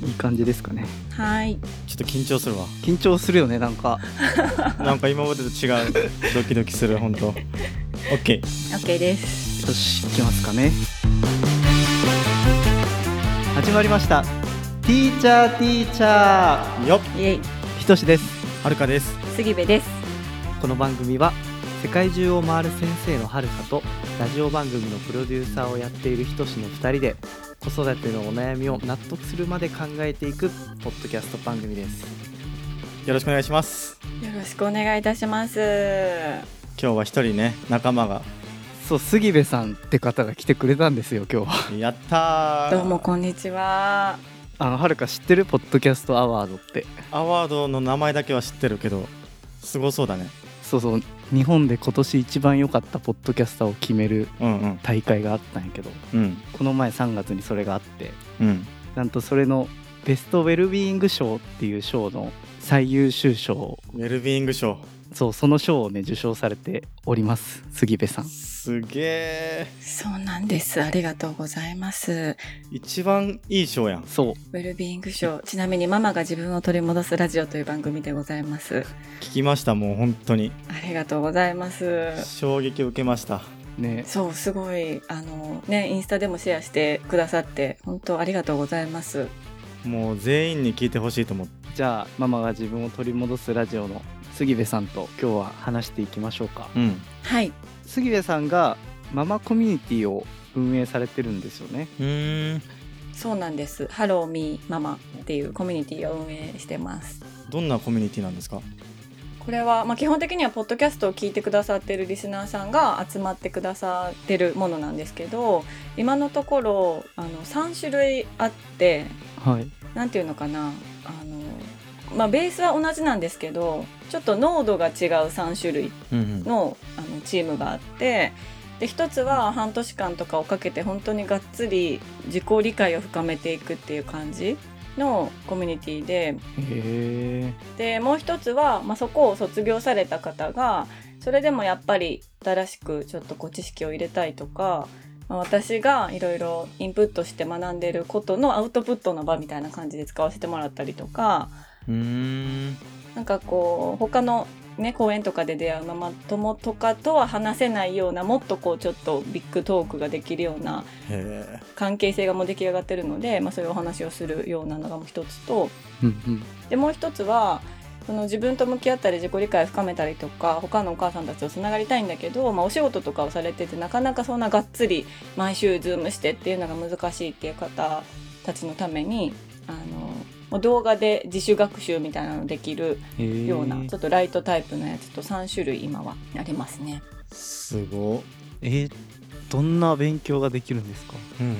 いい感じですかね。 はい。 ちょっと緊張するわ。 緊張するよね、なんかなんか今までと違うドキドキする本当。OK。 OK です。 よし、いきますかね。始まりました。ティーチャーよっ。 イエイ。 ひとしです。 はるかです。 杉部です。 この番組は世界中を回る先生のはるかとラジオ番組のプロデューサーをやっているひとしの2人で子育てのお悩みを納得するまで考えていくポッドキャスト番組です。 よろしくお願いします。 よろしくお願いいたします。 今日は一人ね、仲間が。 そう、杉部さんって方が来てくれたんですよ、今日は。 やったー。 どうもこんにちは。 はるか知ってる？ポッドキャストアワードって。 アワードの名前だけは知ってるけど、すごそうだね。 そうそう、日本で今年一番良かったポッドキャスターを決める大会があったんやけど、この前3月にそれがあって、なんとそれのベストウェルビーイング賞っていう賞の最優秀賞、 ウェルビーイング賞。 そう、その賞をね受賞されております、杉部さん。 すげえ。 そうなんです。ありがとうございます。 一番いい賞やん。 そう、 ウェルビーイング賞。ちなみにママが自分を取り戻すラジオという番組でございます。 聞きました。もう本当にありがとうございます。 衝撃を受けましたね。 そう、すごいね、インスタでもシェアしてくださって本当ありがとうございます。 もう全員に聞いてほしいと思って。 じゃあママが自分を取り戻すラジオの杉部さんと今日は話していきましょうか。 はい。 杉部さんがママコミュニティを運営されてるんですよね。 そうなんです。ハローミーママっていうコミュニティを運営してます。 どんなコミュニティなんですか？ これは、基本的にはポッドキャストを聞いてくださっているリスナーさんが集まってくださってるものなんですけど、今のところ3種類あって、 はい、 なんていうのかな、ベースは同じなんですけどちょっと濃度が違う3種類の、チームがあって、で一つは半年間とかをかけて本当にがっつり自己理解を深めていくっていう感じのコミュニティで、でもう一つは、そこを卒業された方がそれでもやっぱり新しくちょっと知識を入れたいとか、私がいろいろインプットして学んでることのアウトプットの場みたいな感じで使わせてもらったりとか、なんかこう他のね、講演とかで出会うママ友とかとは話せないような、もっとこうちょっとビッグトークができるような関係性がもう出来上がってるので、そういうお話をするようなのがもう一つと、でもう一つはその自分と向き合ったり自己理解を深めたりとか他のお母さんたちとつながりたいんだけど、お仕事とかをされててなかなかそんながっつり毎週ズームしてっていうのが難しいっていう方たちのために動画で自主学習みたいなのできるようなちょっとライトタイプのやつと3種類今はありますね。 すごい。どんな勉強ができるんですか？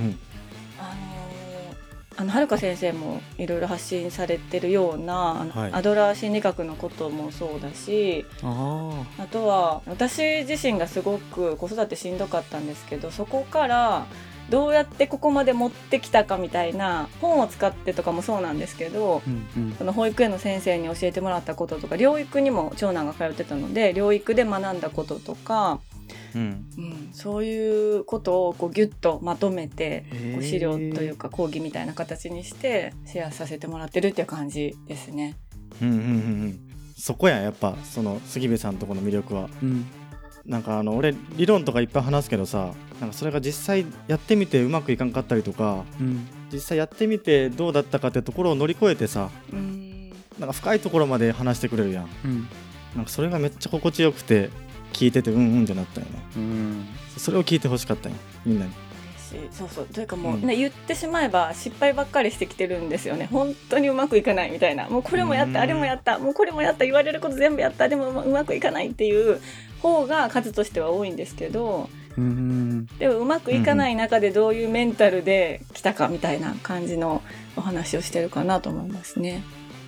はるか先生もいろいろ発信されてるような、アドラー心理学のこともそうだし、あとは私自身がすごく子育てしんどかったんですけど、そこからどうやってここまで持ってきたかみたいな本を使ってとかもそうなんですけど、その保育園の先生に教えてもらったこととか、療育にも長男が通ってたので療育で学んだこととか、そういうことをこうギュッとまとめてこう資料というか講義みたいな形にしてシェアさせてもらってるっていう感じですね。 そこやっぱその杉部さんとこの魅力は、なんか俺理論とかいっぱい話すけどさ、なんかそれが実際やってみてうまくいかんかったりとか、実際やってみてどうだったかってところを乗り越えてさ、なんか深いところまで話してくれるやん、なんかそれがめっちゃ心地よくて聞いててってなったよね。それを聞いてほしかったよみんなに。 そうというかもう、言ってしまえば失敗ばっかりしてきてるんですよね。本当にうまくいかないみたいな、もうこれもやったあれもやった、もうこれもやった、言われること全部やった、でもうまくいかないっていう方が数としては多いんですけど、でもうまくいかない中でどういうメンタルで来たかみたいな感じのお話をしてるかなと思いますね。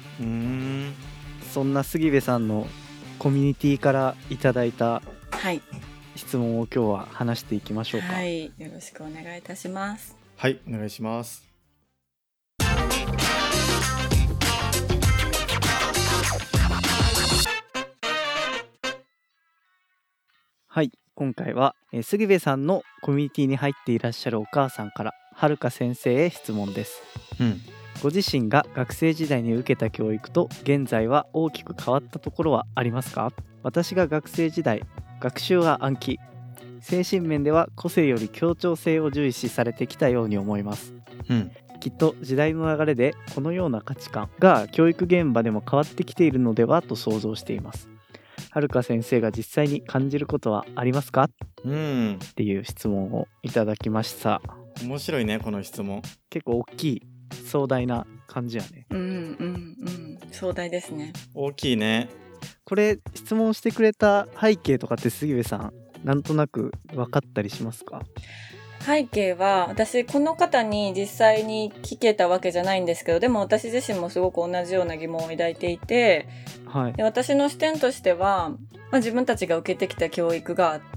そんな杉部さんのコミュニティからいただいた質問を今日は話していきましょうか。 はい、よろしくお願いいたします。 はい、お願いします。 はい、今回は杉部さんのコミュニティに入っていらっしゃるお母さんからはるか先生へ質問です。 ご自身が学生時代に受けた教育と現在は大きく変わったところはありますか？私が学生時代、学習は暗記、精神面では個性より協調性を重視されてきたように思います、きっと時代の流れでこのような価値観が教育現場でも変わってきているのではと想像しています。はるか先生が実際に感じることはありますか？っていう質問をいただきました。 面白いね、この質問。 結構大きい壮大な感じやね。 壮大ですね。 大きいね。 これ質問してくれた背景とかって杉部さんなんとなく分かったりしますか？ 背景は私この方に実際に聞けたわけじゃないんですけど、でも私自身もすごく同じような疑問を抱いていて、で私の視点としては、自分たちが受けてきた教育があって、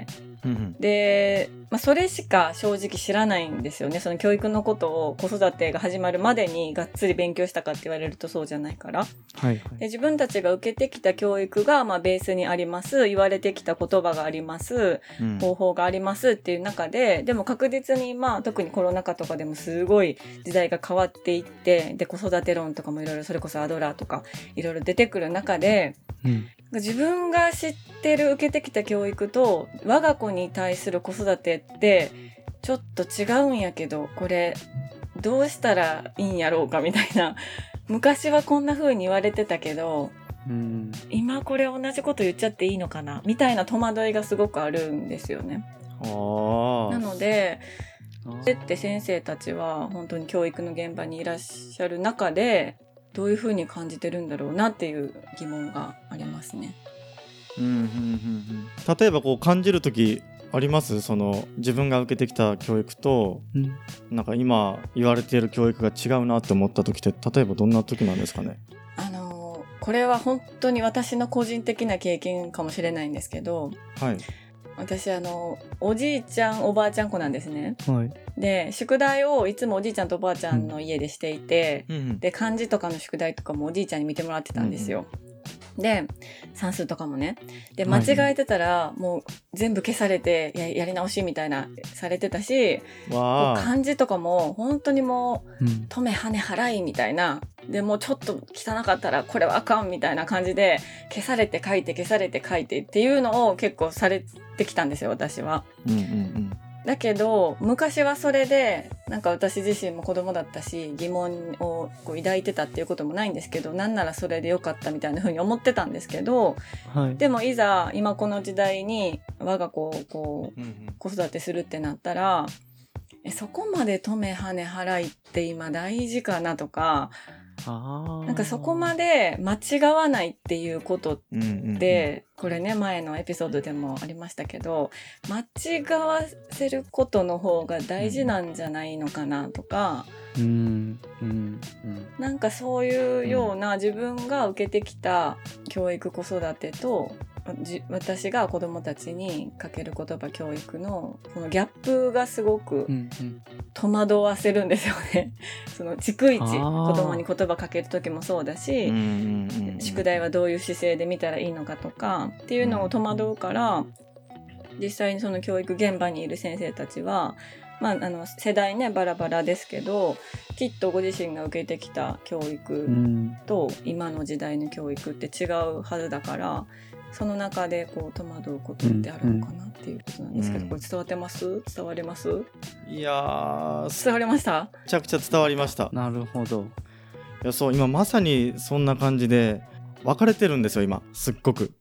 で、それしか正直知らないんですよね。その教育のことを子育てが始まるまでにがっつり勉強したかって言われるとそうじゃないから、で自分たちが受けてきた教育がベースにあります、言われてきた言葉があります、方法がありますっていう中で、でも確実に特にコロナ禍とかでもすごい時代が変わっていって、で子育て論とかもいろいろ、それこそアドラーとかいろいろ出てくる中で、自分が知ってる受けてきた教育と我が子に対する子育てってちょっと違うんやけど、これどうしたらいいんやろうかみたいな、昔はこんな風に言われてたけど、今これ同じこと言っちゃっていいのかなみたいな戸惑いがすごくあるんですよね。なのでって先生たちは本当に教育の現場にいらっしゃる中でどういう風に感じてるんだろうなっていう疑問がありますね。 例えばこう感じる時あります？その自分が受けてきた教育と、なんか今言われている教育が違うなって思った時って例えばどんな時なんですかね？ これは本当に私の個人的な経験かもしれないんですけど、私おじいちゃんおばあちゃん子なんですね、で宿題をいつもおじいちゃんとおばあちゃんの家でしていて、で漢字とかの宿題とかもおじいちゃんに見てもらってたんですよ、で算数とかもね、で間違えてたらもう全部消されて やり直しみたいなされてたし、漢字とかも本当にもう止めはね払いみたいな、でもうちょっと汚かったらこれはあかんみたいな感じで消されて書いて消されて書いてっていうのを結構されてきたんですよ、私は。だけど昔はそれでなんか私自身も子供だったし疑問をこう抱いてたっていうこともないんですけど、なんならそれでよかったみたいな風に思ってたんですけど、でもいざ今この時代に我が子をこう子育てするってなったら、そこまで止めはね払いって今大事かなとか、なんかそこまで間違わないっていうことって、これね前のエピソードでもありましたけど、間違わせることの方が大事なんじゃないのかなとか、なんかそういうような自分が受けてきた教育子育てと私が子どもたちにかける言葉教育のこのギャップがすごく戸惑わせるんですよね。その逐一子どもに言葉かける時もそうだし、宿題はどういう姿勢で見たらいいのかとかっていうのを戸惑うから、実際にその教育現場にいる先生たちは、世代ねバラバラですけど、きっとご自身が受けてきた教育と今の時代の教育って違うはずだから、その中でこう戸惑うことってあるのかなっていうことなんですけど、これ伝わってます？伝わります？ いや伝わりました？ めちゃくちゃ伝わりました。 なるほど。 いやそう今まさにそんな感じで分かれてるんですよ今すっごく。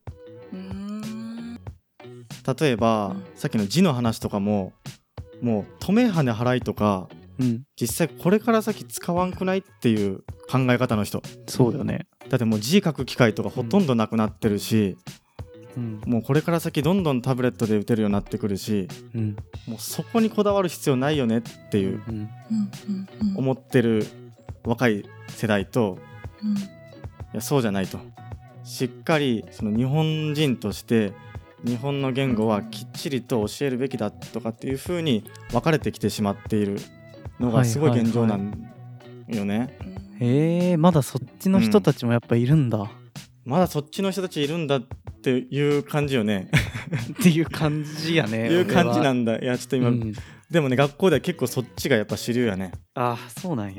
例えば、さっきの字の話とかももう止めはね払いとか、実際これから先使わんくないっていう考え方の人。 そうよね。 だってもう字書く機会とかほとんどなくなってるし、もうこれから先どんどんタブレットで打てるようになってくるし、もうそこにこだわる必要ないよねっていう、思ってる若い世代と、いやそうじゃないと、しっかりその日本人として日本の言語はきっちりと教えるべきだとかっていう風に分かれてきてしまっているのがすごい現状なんよね。 まだそっちの人たちもやっぱいるんだ、 まだそっちの人たちいるんだっていう感じよねっていう感じやねいう感じなんだ。いやちょっと今、でもね学校では結構そっちがやっぱ主流やね。 あ、そうなんや。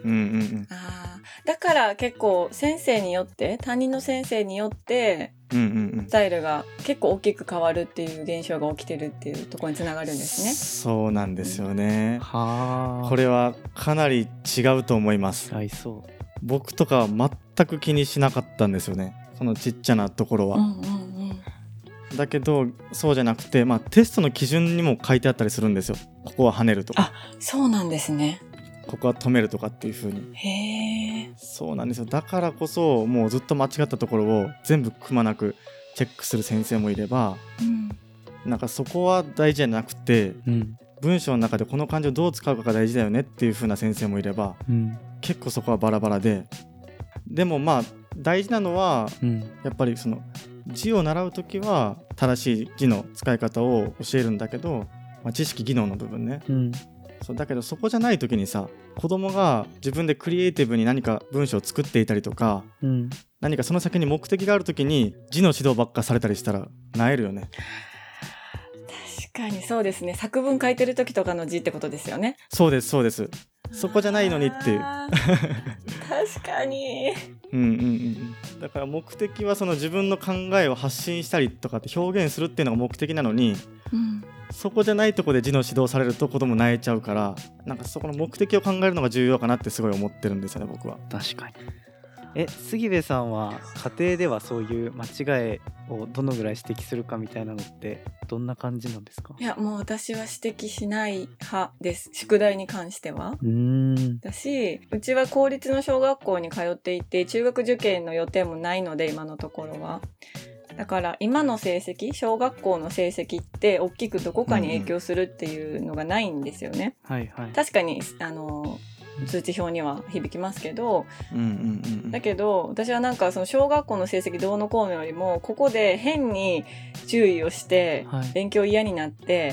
だから結構先生によって担任の先生によってスタイルが結構大きく変わるっていう現象が起きてるっていうところにつながるんですね。 そうなんですよね、これはかなり違うと思います。僕とかは全く気にしなかったんですよね、そのちっちゃなところは。だけどそうじゃなくて、テストの基準にも書いてあったりするんですよ。ここは跳ねるとか。 そうなんですね。 ここは止めるとかっていう風に。そうなんですよ。だからこそもうずっと間違ったところを全部くまなくチェックする先生もいれば、なんかそこは大事じゃなくて、文章の中でこの漢字をどう使うかが大事だよねっていう風な先生もいれば、結構そこはバラバラで、でも大事なのは、やっぱりその字を習うときは正しい字の使い方を教えるんだけど、知識技能の部分ね、そうだけどそこじゃないときにさ、子供が自分でクリエイティブに何か文章を作っていたりとか、何かその先に目的があるときに字の指導ばっかされたりしたら萎えるよね。 確かにそうですね。作文書いてる時とかの字ってことですよね。 そうですそうです。そこじゃないのにっていう確かにだから目的はその自分の考えを発信したりとかって表現するっていうのが目的なのに、そこじゃないとこで字の指導されると子供泣いちゃうから、なんかそこの目的を考えるのが重要かなってすごい思ってるんですよね、僕は。 確かに。杉部さんは家庭ではそういう間違いをどのぐらい指摘するかみたいなのってどんな感じなんですか？ いや、もう私は指摘しない派です。宿題に関しては。だし、うちは公立の小学校に通っていて、中学受験の予定もないので、今のところは。だから今の成績、小学校の成績って大きくどこかに影響するっていうのがないんですよね。確かに通知表には響きますけど、だけど私はなんかその小学校の成績どうのこうのよりも、ここで変に注意をして勉強嫌になって、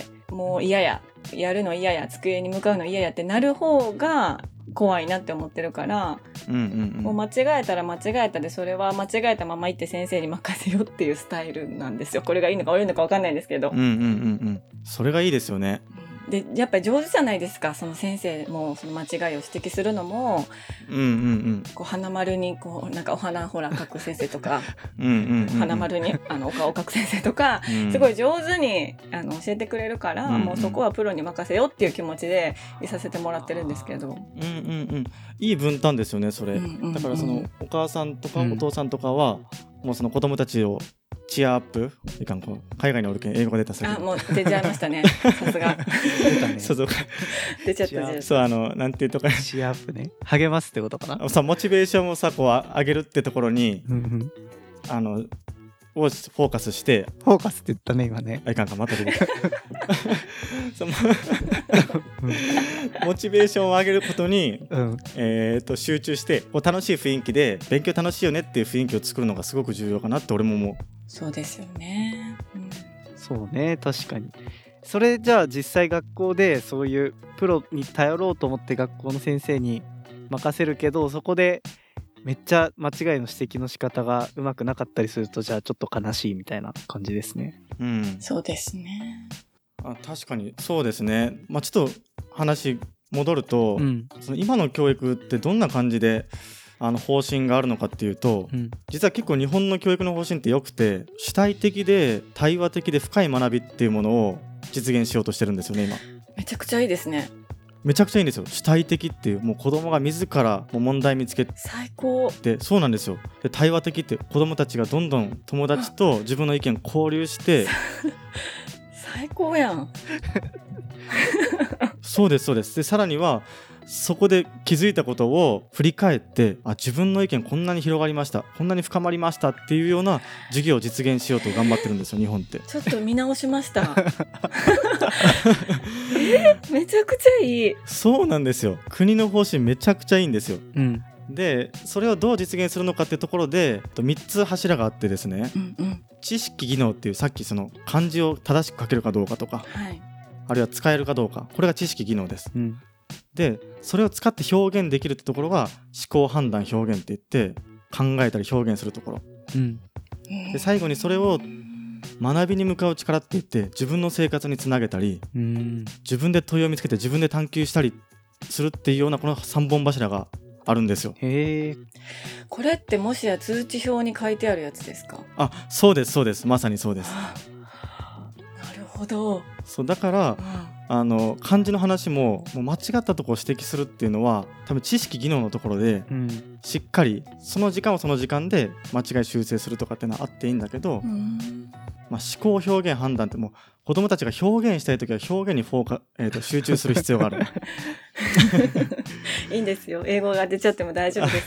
もう嫌や、やるの嫌や、机に向かうの嫌やってなる方が怖いなって思ってるから、もう間違えたら間違えたで、それは間違えたまま行って先生に任せようっていうスタイルなんですよ。これがいいのか悪いのか分かんないんですけど、 それがいいですよね。 でやっぱり上手じゃないですか、その先生もその間違いを指摘するのも、こう花丸にこうなんかお花ほら描く先生とか花丸にお顔を描く先生とか、すごい上手に教えてくれるから、もうそこはプロに任せようっていう気持ちでいさせてもらってるんですけど、 いい分担ですよねそれ。だからそのお母さんとかお父さんとかは、もうその子供たちをチアアップいかん、こう海外におるけん英語が出た。 もう出ちゃいましたねさすがそう出ちゃったそう、なんていうとかチアアップね、励ますってことかな。 さ、モチベーションをさこう上げるってところにをフォーカスして、 フォーカスって言ったね今ね。 いかんか、また出てモチベーションを上げることに、集中してこう楽しい雰囲気で勉強楽しいよねっていう雰囲気を作るのがすごく重要かなって俺も思う。 そうですよね、 そうね、確かに。それじゃあ実際学校でそういうプロに頼ろうと思って学校の先生に任せるけど、そこでめっちゃ間違いの指摘の仕方がうまくなかったりすると、じゃあちょっと悲しいみたいな感じですね。 そうですね。 確かにそうですね。ちょっと話戻ると、その今の教育ってどんな感じで方針があるのかっていうと、実は結構日本の教育の方針って良くて、主体的で対話的で深い学びっていうものを実現しようとしてるんですよね今。 めちゃくちゃいいですね。 めちゃくちゃいいんですよ。主体的っていう、もう子供が自らもう問題見つけて、 最高で、そうなんですよ。で、対話的って子供たちがどんどん友達と自分の意見交流して最高やんそうですそうです。でさらにはそこで気づいたことを振り返って、自分の意見こんなに広がりました、こんなに深まりましたっていうような授業を実現しようと頑張ってるんですよ日本って。 ちょっと見直しましためちゃくちゃいい。 そうなんですよ。国の方針めちゃくちゃいいんですよ、でそれをどう実現するのかっていうところで3つ柱があってですね、知識技能っていう、さっきその漢字を正しく書けるかどうかとか、あるいは使えるかどうか、これが知識技能です、でそれを使って表現できるってところが思考判断表現って言って、考えたり表現するところ、で最後にそれを学びに向かう力って言って、自分の生活につなげたり、自分で問いを見つけて自分で探求したりするっていうような、この3本柱があるんですよ。 へえ。 これってもしや通知表に書いてあるやつですか？ そうですそうです、まさにそうです。 なるほど。 そうだから、漢字の話もう間違ったところを指摘するっていうのは多分知識技能のところで、しっかりその時間はその時間で間違い修正するとかっていうのはあっていいんだけど、思考表現判断ってもう子どもたちが表現したいときは表現に集中する必要があるいいんですよ、英語が出ちゃっても大丈夫です、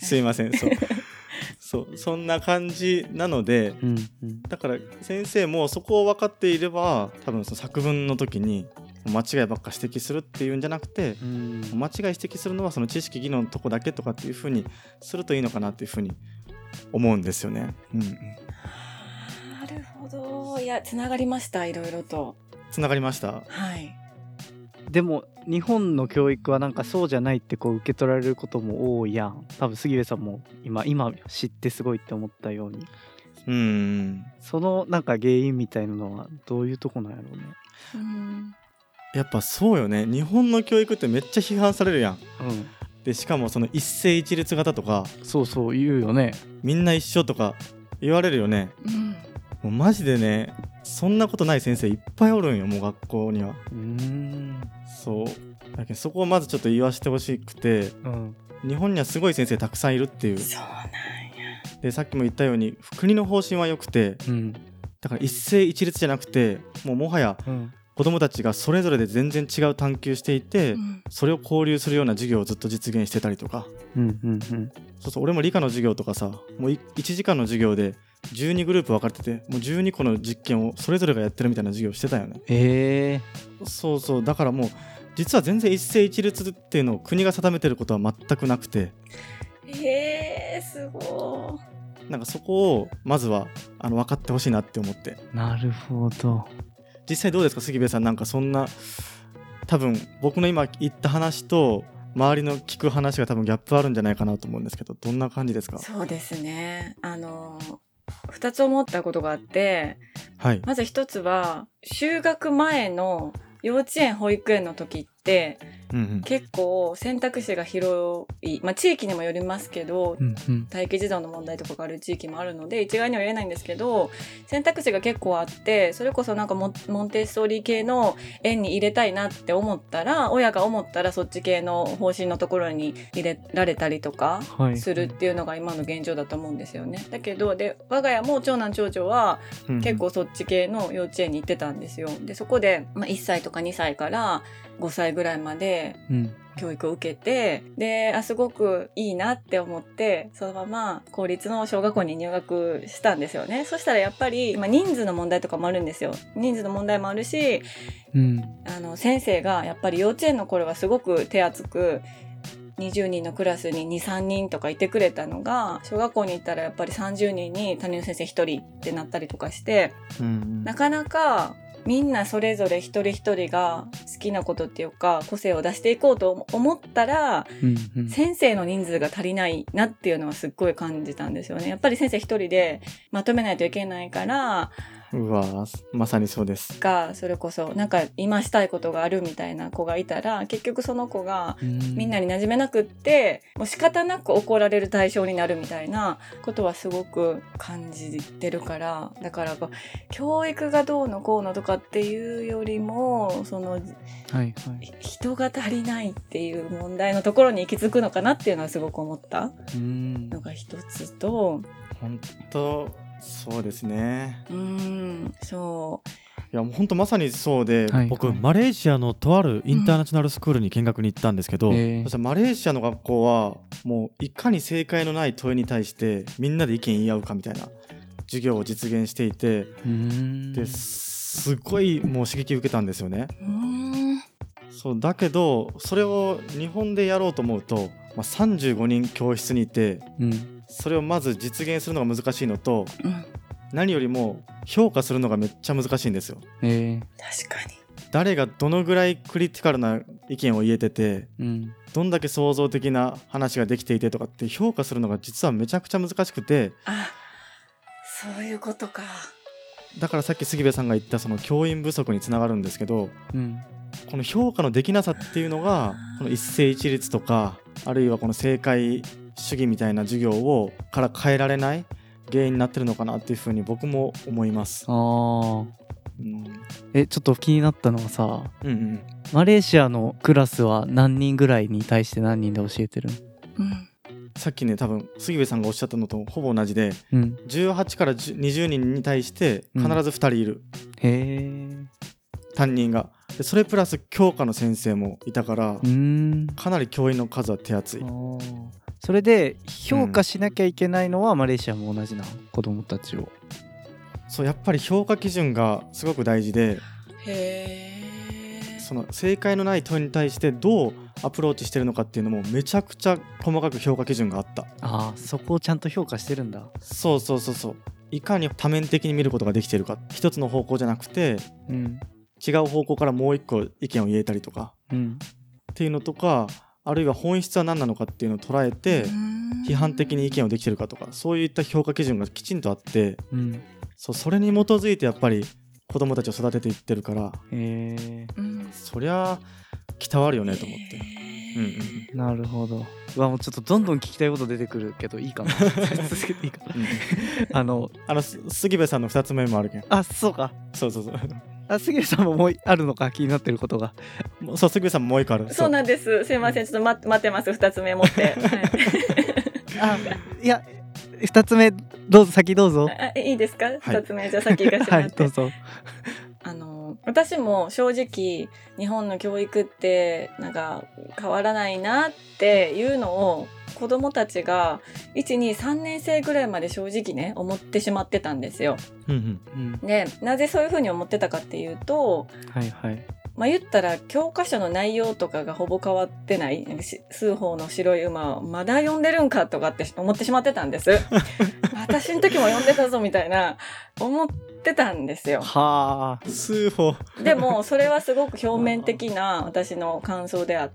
すいません。そんな感じなので、だから先生もそこを分かっていれば多分その作文の時に間違いばっか指摘するっていうんじゃなくて、間違い指摘するのはその知識技能のとこだけとかっていう風にするといいのかなっていう風に思うんですよね。 なるほど。いや、つながりました。いろいろとつながりました。 はい。 でも日本の教育はなんかそうじゃないってこう受け取られることも多いやん。多分杉部さんも今知ってすごいって思ったように、そのなんか原因みたいなのはどういうとこなんやろうね。 やっぱそうよね。日本の教育ってめっちゃ批判されるやん。でしかもその一斉一律型とか、 そう言うよね。みんな一緒とか言われるよね。もうマジでね、そんなことない先生いっぱいおるんよ、もう学校には。そうだけどそこをまずちょっと言わせてほしくて、日本にはすごい先生たくさんいるっていう。 そうなんや。 でさっきも言ったように国の方針は良くて、だから一斉一律じゃなくてもはや、子どもたちがそれぞれで全然違う探求していて、それを交流するような授業をずっと実現してたりとか、そう俺も理科の授業とかさ、もう1時間の授業で12グループ分かれてて、もう12個の実験をそれぞれがやってるみたいな授業をしてたよね。そうだからもう実は全然一斉一律っていうのを国が定めてることは全くなくて、 すごい。なんかそこをまずは分かってほしいなって思って。 なるほど。 実際どうですか杉部さん、なんかそんな多分僕の今言った話と周りの聞く話が多分ギャップあるんじゃないかなと思うんですけど、どんな感じですか？ そうですね、2つ思ったことがあって、まず1つは就学前の幼稚園保育園の時って、結構選択肢が広い、地域にもよりますけど、待機児童の問題とかがある地域もあるので一概には言えないんですけど、選択肢が結構あって、それこそなんかモンテッソーリ系の園に入れたいなって思ったら、親が思ったらそっち系の方針のところに入れられたりとかするっていうのが今の現状だと思うんですよね。だけど我が家も長男長女は結構そっち系の幼稚園に行ってたんですよ。でそこで、1歳とか2歳から5歳ぐらいまで教育を受けて、ですごくいいなって思って、そのまま公立の小学校に入学したんですよね。そしたらやっぱり、人数の問題とかもあるんですよ。人数の問題もあるし、先生がやっぱり幼稚園の頃はすごく手厚く20人のクラスに 2,3 人とかいてくれたのが、小学校に行ったらやっぱり30人に担任の先生1人ってなったりとかして、なかなかみんなそれぞれ一人一人が好きなことっていうか個性を出していこうと思ったら、先生の人数が足りないなっていうのはすっごい感じたんですよね。やっぱり先生一人でまとめないといけないから、 うわまさにそうです。 それこそなんか今したいことがあるみたいな子がいたら、結局その子がみんなに馴染めなくって、もう仕方なく怒られる対象になるみたいなことはすごく感じてるから、だから教育がどうのこうのとかっていうよりも、その、人が足りないっていう問題のところに行き着くのかなっていうのはすごく思ったのが一つと、 本当そうですね。 そう。 いやもう本当まさにそうで、 僕マレーシアのとあるインターナショナルスクールに見学に行ったんですけど、 そしたらマレーシアの学校はもういかに正解のない問いに対してみんなで意見言い合うかみたいな授業を実現していて、ですごいもう刺激を受けたんですよね。そうだけどそれを日本でやろうと思うと、35人教室にいて、それをまず実現するのが難しいのと、何よりも評価するのがめっちゃ難しいんですよ。 確かに。 誰がどのぐらいクリティカルな意見を言えてて、どんだけ創造的な話ができていてとかって評価するのが実はめちゃくちゃ難しくて。 そういうことか。 だからさっき杉部さんが言ったその教員不足につながるんですけど、この評価のできなさっていうのがこの一斉一律とかあるいはこの正解主義みたいな授業をから変えられない原因になってるのかなっていうふうに僕も思います。 ちょっと気になったのはさ、マレーシアのクラスは何人ぐらいに対して何人で教えてるの？ さっきね多分杉部さんがおっしゃったのとほぼ同じで、18から20人に対して必ず2人いる、担任が。でそれプラス教科の先生もいたから、かなり教員の数は手厚い。 それで評価しなきゃいけないのはマレーシアも同じな、子どもたちを。 そうやっぱり評価基準がすごく大事で、その正解のない問いに対してどうアプローチしてるのかっていうのもめちゃくちゃ細かく評価基準があった。 そこをちゃんと評価してるんだ。 そういかに多面的に見ることができているか、一つの方向じゃなくて、違う方向からもう一個意見を言えたりとか、っていうのとか、あるいは本質は何なのかっていうのを捉えて批判的に意見をできてるかとか、そういった評価基準がきちんとあって、それに基づいてやっぱり子どもたちを育てていってるから、そりゃきたわるよねと思って、 なるほど。もうちょっとどんどん聞きたいこと出てくるけどいいかな続けていいかな杉部さんの2つ目もあるけん。 そうか。 そう杉部さんももうあるのか、気になってることが。 そう、杉部さんももう一個ある。 そうなんです。すいません、ちょっと待ってます。2つ目持って、 いや2つ目どうぞ、先どうぞ。 いいですか、2つ目じゃあ先行かせてもらって、 どうぞ。 私も正直日本の教育ってなんか変わらないなっていうのを子どもたちが 1,2,3 年生ぐらいまで正直ね思ってしまってたんですよ。でなぜそういうふうに思ってたかっていうと、言ったら教科書の内容とかがほぼ変わってない、数歩の白い馬をまだ読んでるんかとかって思ってしまってたんです私の時も読んでたぞみたいな思ってたんですよ。 数歩でもそれはすごく表面的な私の感想であって、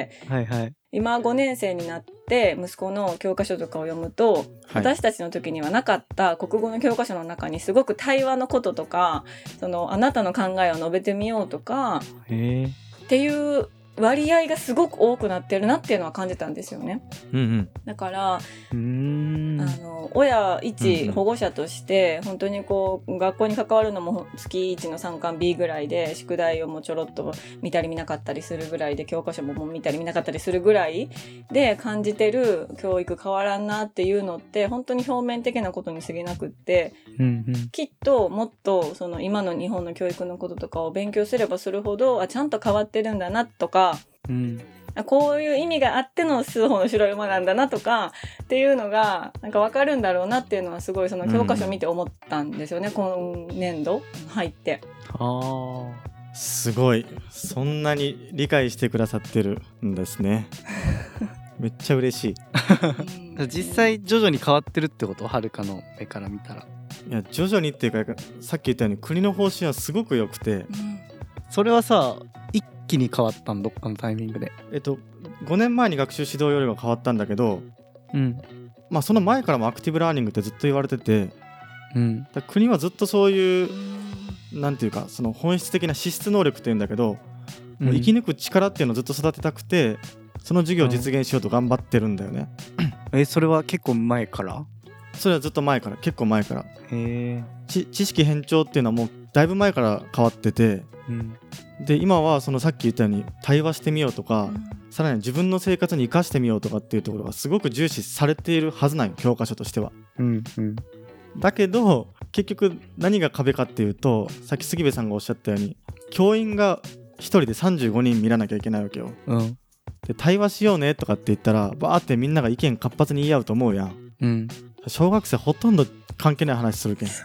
今5年生になって息子の教科書とかを読むと、私たちの時にはなかった国語の教科書の中にすごく対話のこととか、あなたの考えを述べてみようとかっていう割合がすごく多くなってるなっていうのは感じたんですよね。だから親一保護者として本当にこう学校に関わるのも月1の参観 B ぐらいで、宿題をもうちょろっと見たり見なかったりするぐらいで、教科書ももう見たり見なかったりするぐらいで感じてる教育変わらんなっていうのって本当に表面的なことに過ぎなくって、きっともっと今の日本の教育のこととかを勉強すればするほどちゃんと変わってるんだなとか、こういう意味があっての数歩の白い馬なんだなとかっていうのがなんか分かるんだろうなっていうのはすごい教科書見て思ったんですよね、今年度入って。 すごい、そんなに理解してくださってるんですねめっちゃ嬉しい実際徐々に変わってるってこと？はるかの目から見たら。 いや徐々にっていうか、さっき言ったように国の方針はすごく良くて、 それはさ一気に変わったん？どっかのタイミングで。 5年前に学習指導要領が変わったんだけど、その前からもアクティブラーニングってずっと言われてて、だ国はずっとそういうなんていうか、その本質的な資質能力っていうんだけど、もう生き抜く力っていうのをずっと育てたくて、その授業を実現しようと頑張ってるんだよね。 それは結構前から？ それはずっと前から、結構前から。知識偏重っていうのはもうだいぶ前から変わってて、で今はさっき言ったように対話してみようとか、さらに自分の生活に生かしてみようとかっていうところがすごく重視されているはずなんよ、教科書としては。だけど結局何が壁かっていうと、さっき杉部さんがおっしゃったように教員が1人で35人見らなきゃいけないわけよ。で対話しようねとかって言ったらバーってみんなが意見活発に言い合うと思うやん。小学生ほとんど関係ない話するけん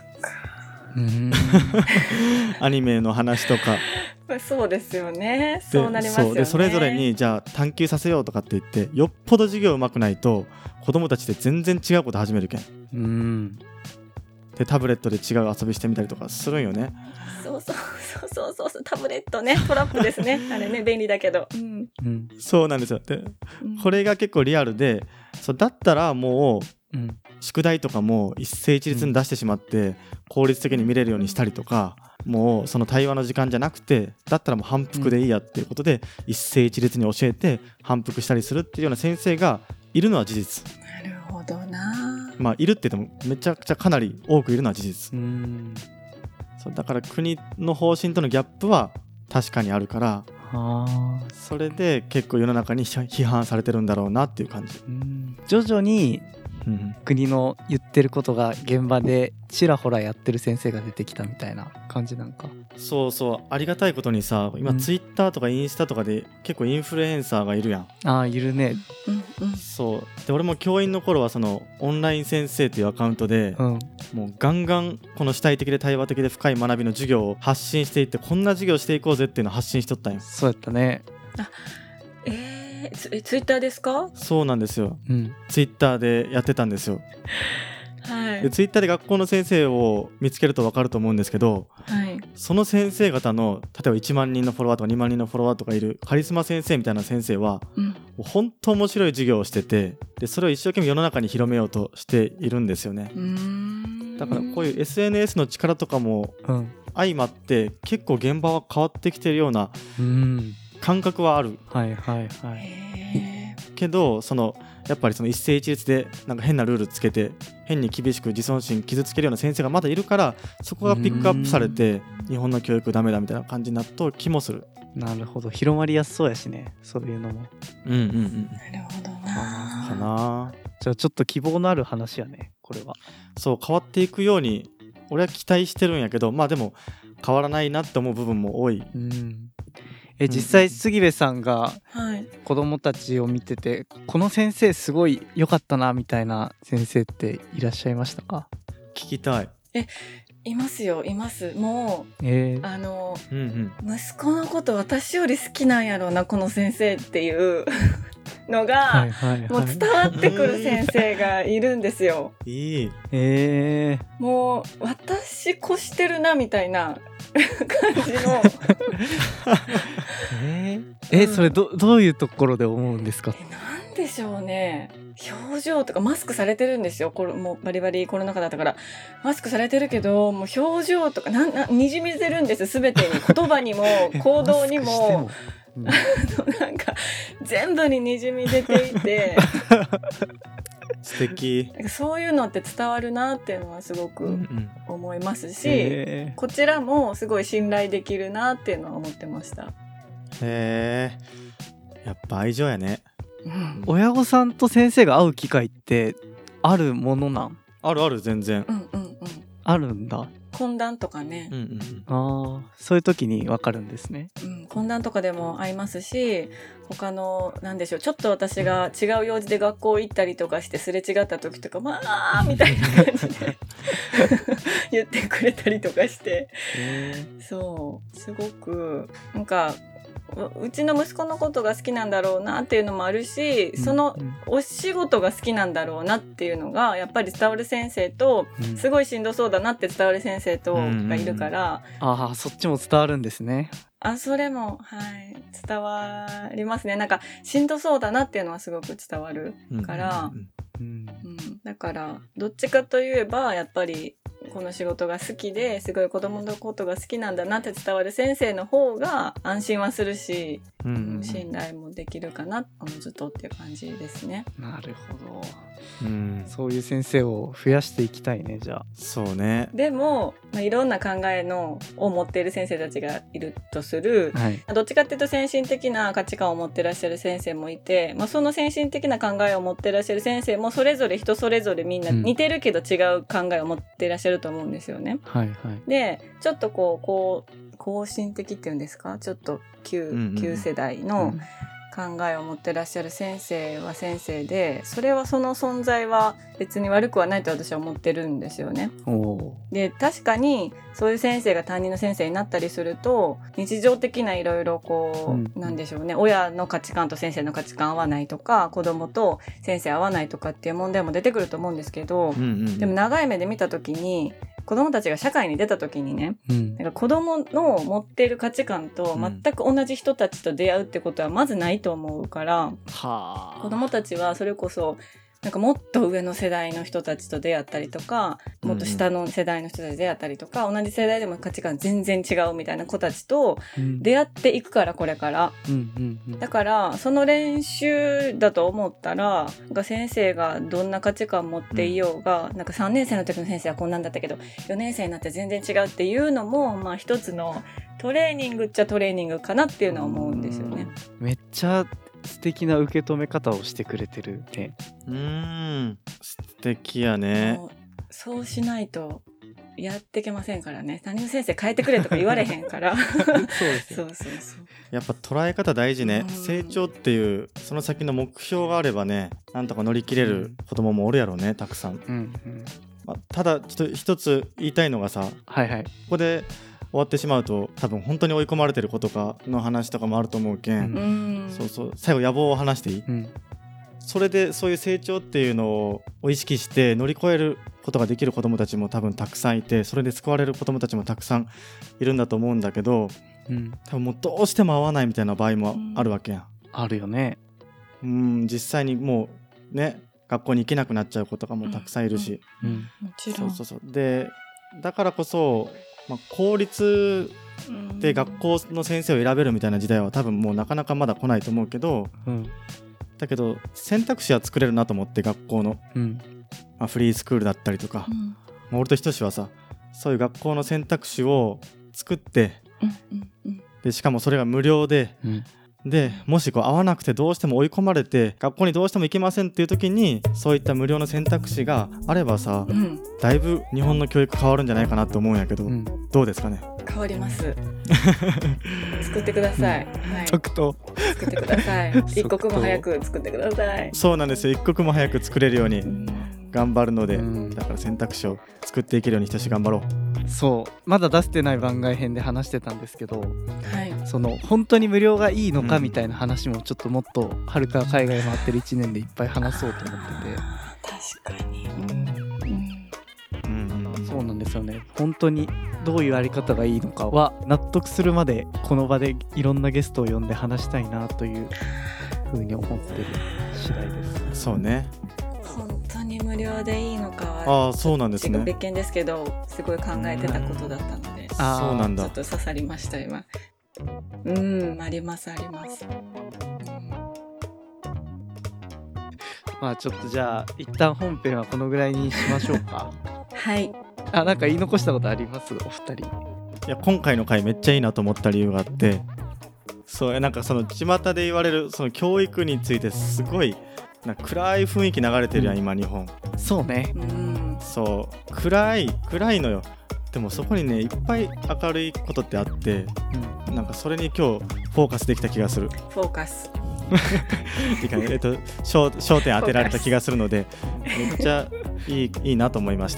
アニメの話とかそうですよね。そうなりますよね。 でそれぞれにじゃあ探究させようとかって言って、よっぽど授業うまくないと子供たちって全然違うこと始めるけん。でタブレットで違う遊びしてみたりとかするんよね。 そうタブレットね、トラップですねあれね、便利だけど、 そうなんですよ。で、これが結構リアルで、だったらもう、宿題とかも一斉一律に出してしまって、効率的に見れるようにしたりとか、 もうその対話の時間じゃなくて、だったらもう反復でいいやっていうことで、一斉一律に教えて反復したりするっていうような先生がいるのは事実。 なるほどな。 まあいるって言ってもめちゃくちゃかなり多くいるのは事実。そうだから国の方針とのギャップは確かにあるから、それで結構世の中に批判されてるんだろうなっていう感じ。 徐々に国の言ってることが現場でちらほらやってる先生が出てきたみたいな感じなんか。 そうそう、ありがたいことにさ、今ツイッターとかインスタとかで結構インフルエンサーがいるやん。 いるね。 そうで、俺も教員の頃はそのオンライン先生っていうアカウントで、もうガンガンこの主体的で対話的で深い学びの授業を発信していって、こんな授業していこうぜっていうのを発信しとったんよ。 そうやったね。 ツイッターですか？ そうなんですよ、ツイッターでやってたんですよ。でツイッターで学校の先生を見つけると分かると思うんですけど、その先生方の例えば1万人のフォロワーとか2万人のフォロワーとかいるカリスマ先生みたいな先生は、本当面白い授業をしてて、でそれを一生懸命世の中に広めようとしているんですよね。だからこういう SNS の力とかも相まって結構現場は変わってきてるような感覚はある。けどやっぱりその一斉一律でなんか変なルールつけて変に厳しく自尊心傷つけるような先生がまだいるから、そこがピックアップされて日本の教育ダメだみたいな感じになっと気もする。 なるほど、広まりやすそうやしね、そういうのも。 なるほどな。 かな。 じゃあちょっと希望のある話やね、これは。 そう変わっていくように俺は期待してるんやけど、まあでも変わらないなって思う部分も多い。 実際杉部さんが子どもたちを見てて、この先生すごい良かったなみたいな先生っていらっしゃいましたか？ 聞きたい。 いますよ、います。もう、息子のこと私より好きなんやろうなこの先生っていうのがもう伝わってくる先生がいるんですよ。もう私越してるなみたいな感じのそれ どういうところで思うんですか？ なんでしょうね、表情とかマスクされてるんですよ。これもうバリバリコロナ禍だったからマスクされてるけど、もう表情とかにじみ出るんです、全てに、言葉にも行動にもなんか全部ににじみ出ていて素敵。 そういうのって伝わるなっていうのはすごく思いますし、こちらもすごい信頼できるなっていうのは思ってました。 やっぱ愛情やね。 親御さんと先生が会う機会ってあるものなん？ ある全然、 あるんだ。 懇談とかね、 そういう時に分かるんですね。 懇談とかでも会いますし、他のなんでしょう、ちょっと私が違う用事で学校行ったりとかしてすれ違った時とか、まあみたいな感じで言ってくれたりとかして、そうすごくなんかうちの息子のことが好きなんだろうなっていうのもあるし、そのお仕事が好きなんだろうなっていうのがやっぱり伝わる先生と、すごいしんどそうだなって伝わる先生とがいるから、 そっちも伝わるんですね。 それも伝わりますね。なんかしんどそうだなっていうのはすごく伝わるから、だからどっちかといえばやっぱりこの仕事が好きですごい子供のことが好きなんだなって伝わる先生の方が安心はするし、信頼もできるかな、おのずとっていう感じですね。 なるほど、そういう先生を増やしていきたいね。じゃあそうね。 でも、いろんな考えを持っている先生たちがいるとする、どっちかっていうと先進的な価値観を持ってらっしゃる先生もいて、その先進的な考えを持ってらっしゃる先生もそれぞれ人それぞれみんな似てるけど違う考えを持ってらっしゃると思うんですよね。でちょっと後進的っていうんですか、ちょっと旧世代の考えを持ってらっしゃる先生は先生で、それはその存在は別に悪くはないと私は思ってるんですよね。で確かにそういう先生が担任の先生になったりすると、日常的ないろいろなんでしょうね、親の価値観と先生の価値観合わないとか、子供と先生合わないとかっていう問題も出てくると思うんですけど、でも長い目で見た時に子供たちが社会に出た時にね、なんか子供の持っている価値観と全く同じ人たちと出会うってことはまずないと思うから、子供たちはそれこそなんかもっと上の世代の人たちと出会ったりとか、もっと下の世代の人たちと出会ったりとか、同じ世代でも価値観全然違うみたいな子たちと出会っていくから、これから、だからその練習だと思ったら、先生がどんな価値観持っていようが、なんか3年生の時の先生はこんなんだったけど4年生になって全然違うっていうのも、まあ一つのトレーニングっちゃトレーニングかなっていうのは思うんですよね。 めっちゃ素敵な受け止め方をしてくれてるね。 素敵やね。 そうしないとやってけませんからね。担任の先生変えてくれとか言われへんからそうですよ。そうやっぱ捉え方大事ね。成長っていうその先の目標があればね、なんとか乗り切れる子供もおるやろうね、たくさん。ただちょっと一つ言いたいのがさ、ここで終わってしまうと多分本当に追い込まれてる子とかの話とかもあると思うけん、最後野望を話していい？それでそういう成長っていうのを意識して乗り越えることができる子どもたちも多分たくさんいて、それで救われる子どもたちもたくさんいるんだと思うんだけど、多分もうどうしても合わないみたいな場合もあるわけやん。 あるよね。 実際にもうね、学校に行けなくなっちゃう子とかもたくさんいるし、 もちろん。 でだからこそ、公立で学校の先生を選べるみたいな時代は多分もうなかなかまだ来ないと思うけど、だけど選択肢は作れるなと思って、学校の、フリースクールだったりとか、俺とひとしはさ、そういう学校の選択肢を作って、でしかもそれが無料で、でもし合わなくてどうしても追い込まれて学校にどうしても行けませんっていう時に、そういった無料の選択肢があればさ、だいぶ日本の教育変わるんじゃないかなと思うんやけど、どうですかね？ 変わります作ってください、作ってください一刻も早く作ってください。 そうなんですよ、一刻も早く作れるように頑張るので、だから選択肢を作っていけるようにひとし頑張ろう。 そうまだ出してない番外編で話してたんですけど、その本当に無料がいいのかみたいな話もちょっともっとはるか海外回ってる1年でいっぱい話そうと思ってて。確かに、 そうなんですよね。本当にどういうやり方がいいのかは納得するまでこの場でいろんなゲストを呼んで話したいなというふうに思ってる次第です。 そうね、 本当に無料でいいのかはそうなんですね、 別件ですけどすごい考えてたことだったので、 そうなんだ、 ちょっと刺さりました今。ありますあります。 ちょっとじゃあ一旦本編はこのぐらいにしましょうかはい。 なんか言い残したことあります？お二人。 いや今回の回めっちゃいいなと思った理由があって、なんかその巷で言われるその教育についてすごいなんか暗い雰囲気流れてるやん、今日本。 そうね、 そう暗いのよ。でもそこにねいっぱい明るいことってあって、なんかそれに今日フォーカスできた気がする。 フォーカス焦点当てられた気がするのでめっちゃいいなと思いました。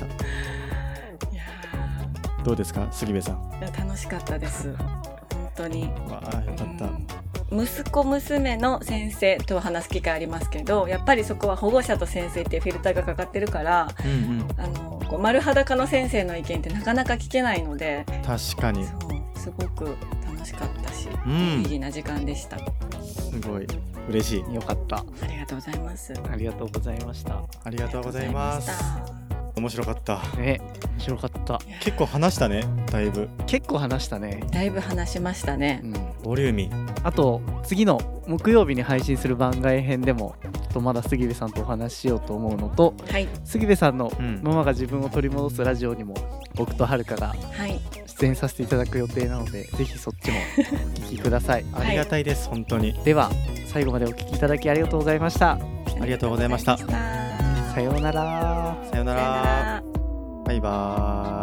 どうですか杉部さん？ 楽しかったです本当に。よかった。 息子娘の先生と話す機会ありますけど、やっぱりそこは保護者と先生っていうフィルターがかかってるから、丸裸の先生の意見ってなかなか聞けないので、 確かにすごく楽しかったし、 有意義な時間でした。 すごい嬉しい。 よかった。 ありがとうございます。 ありがとうございました。 ありがとうございます。面白かった。 面白かった。 結構話したね。だいぶ話したね。 だいぶ話しましたね、 ボリューミー。 あと次の木曜日に配信する番外編でもちょっとまだ杉部さんとお話ししようと思うのと、杉部さんのママが自分を取り戻すラジオにも僕とはるかが出演させていただく予定なので、ぜひそっちもお聞きください。 ありがたいです本当に。 では最後までお聞きいただきありがとうございました。 ありがとうございました。 さようなら。 さようなら。バイバーイ。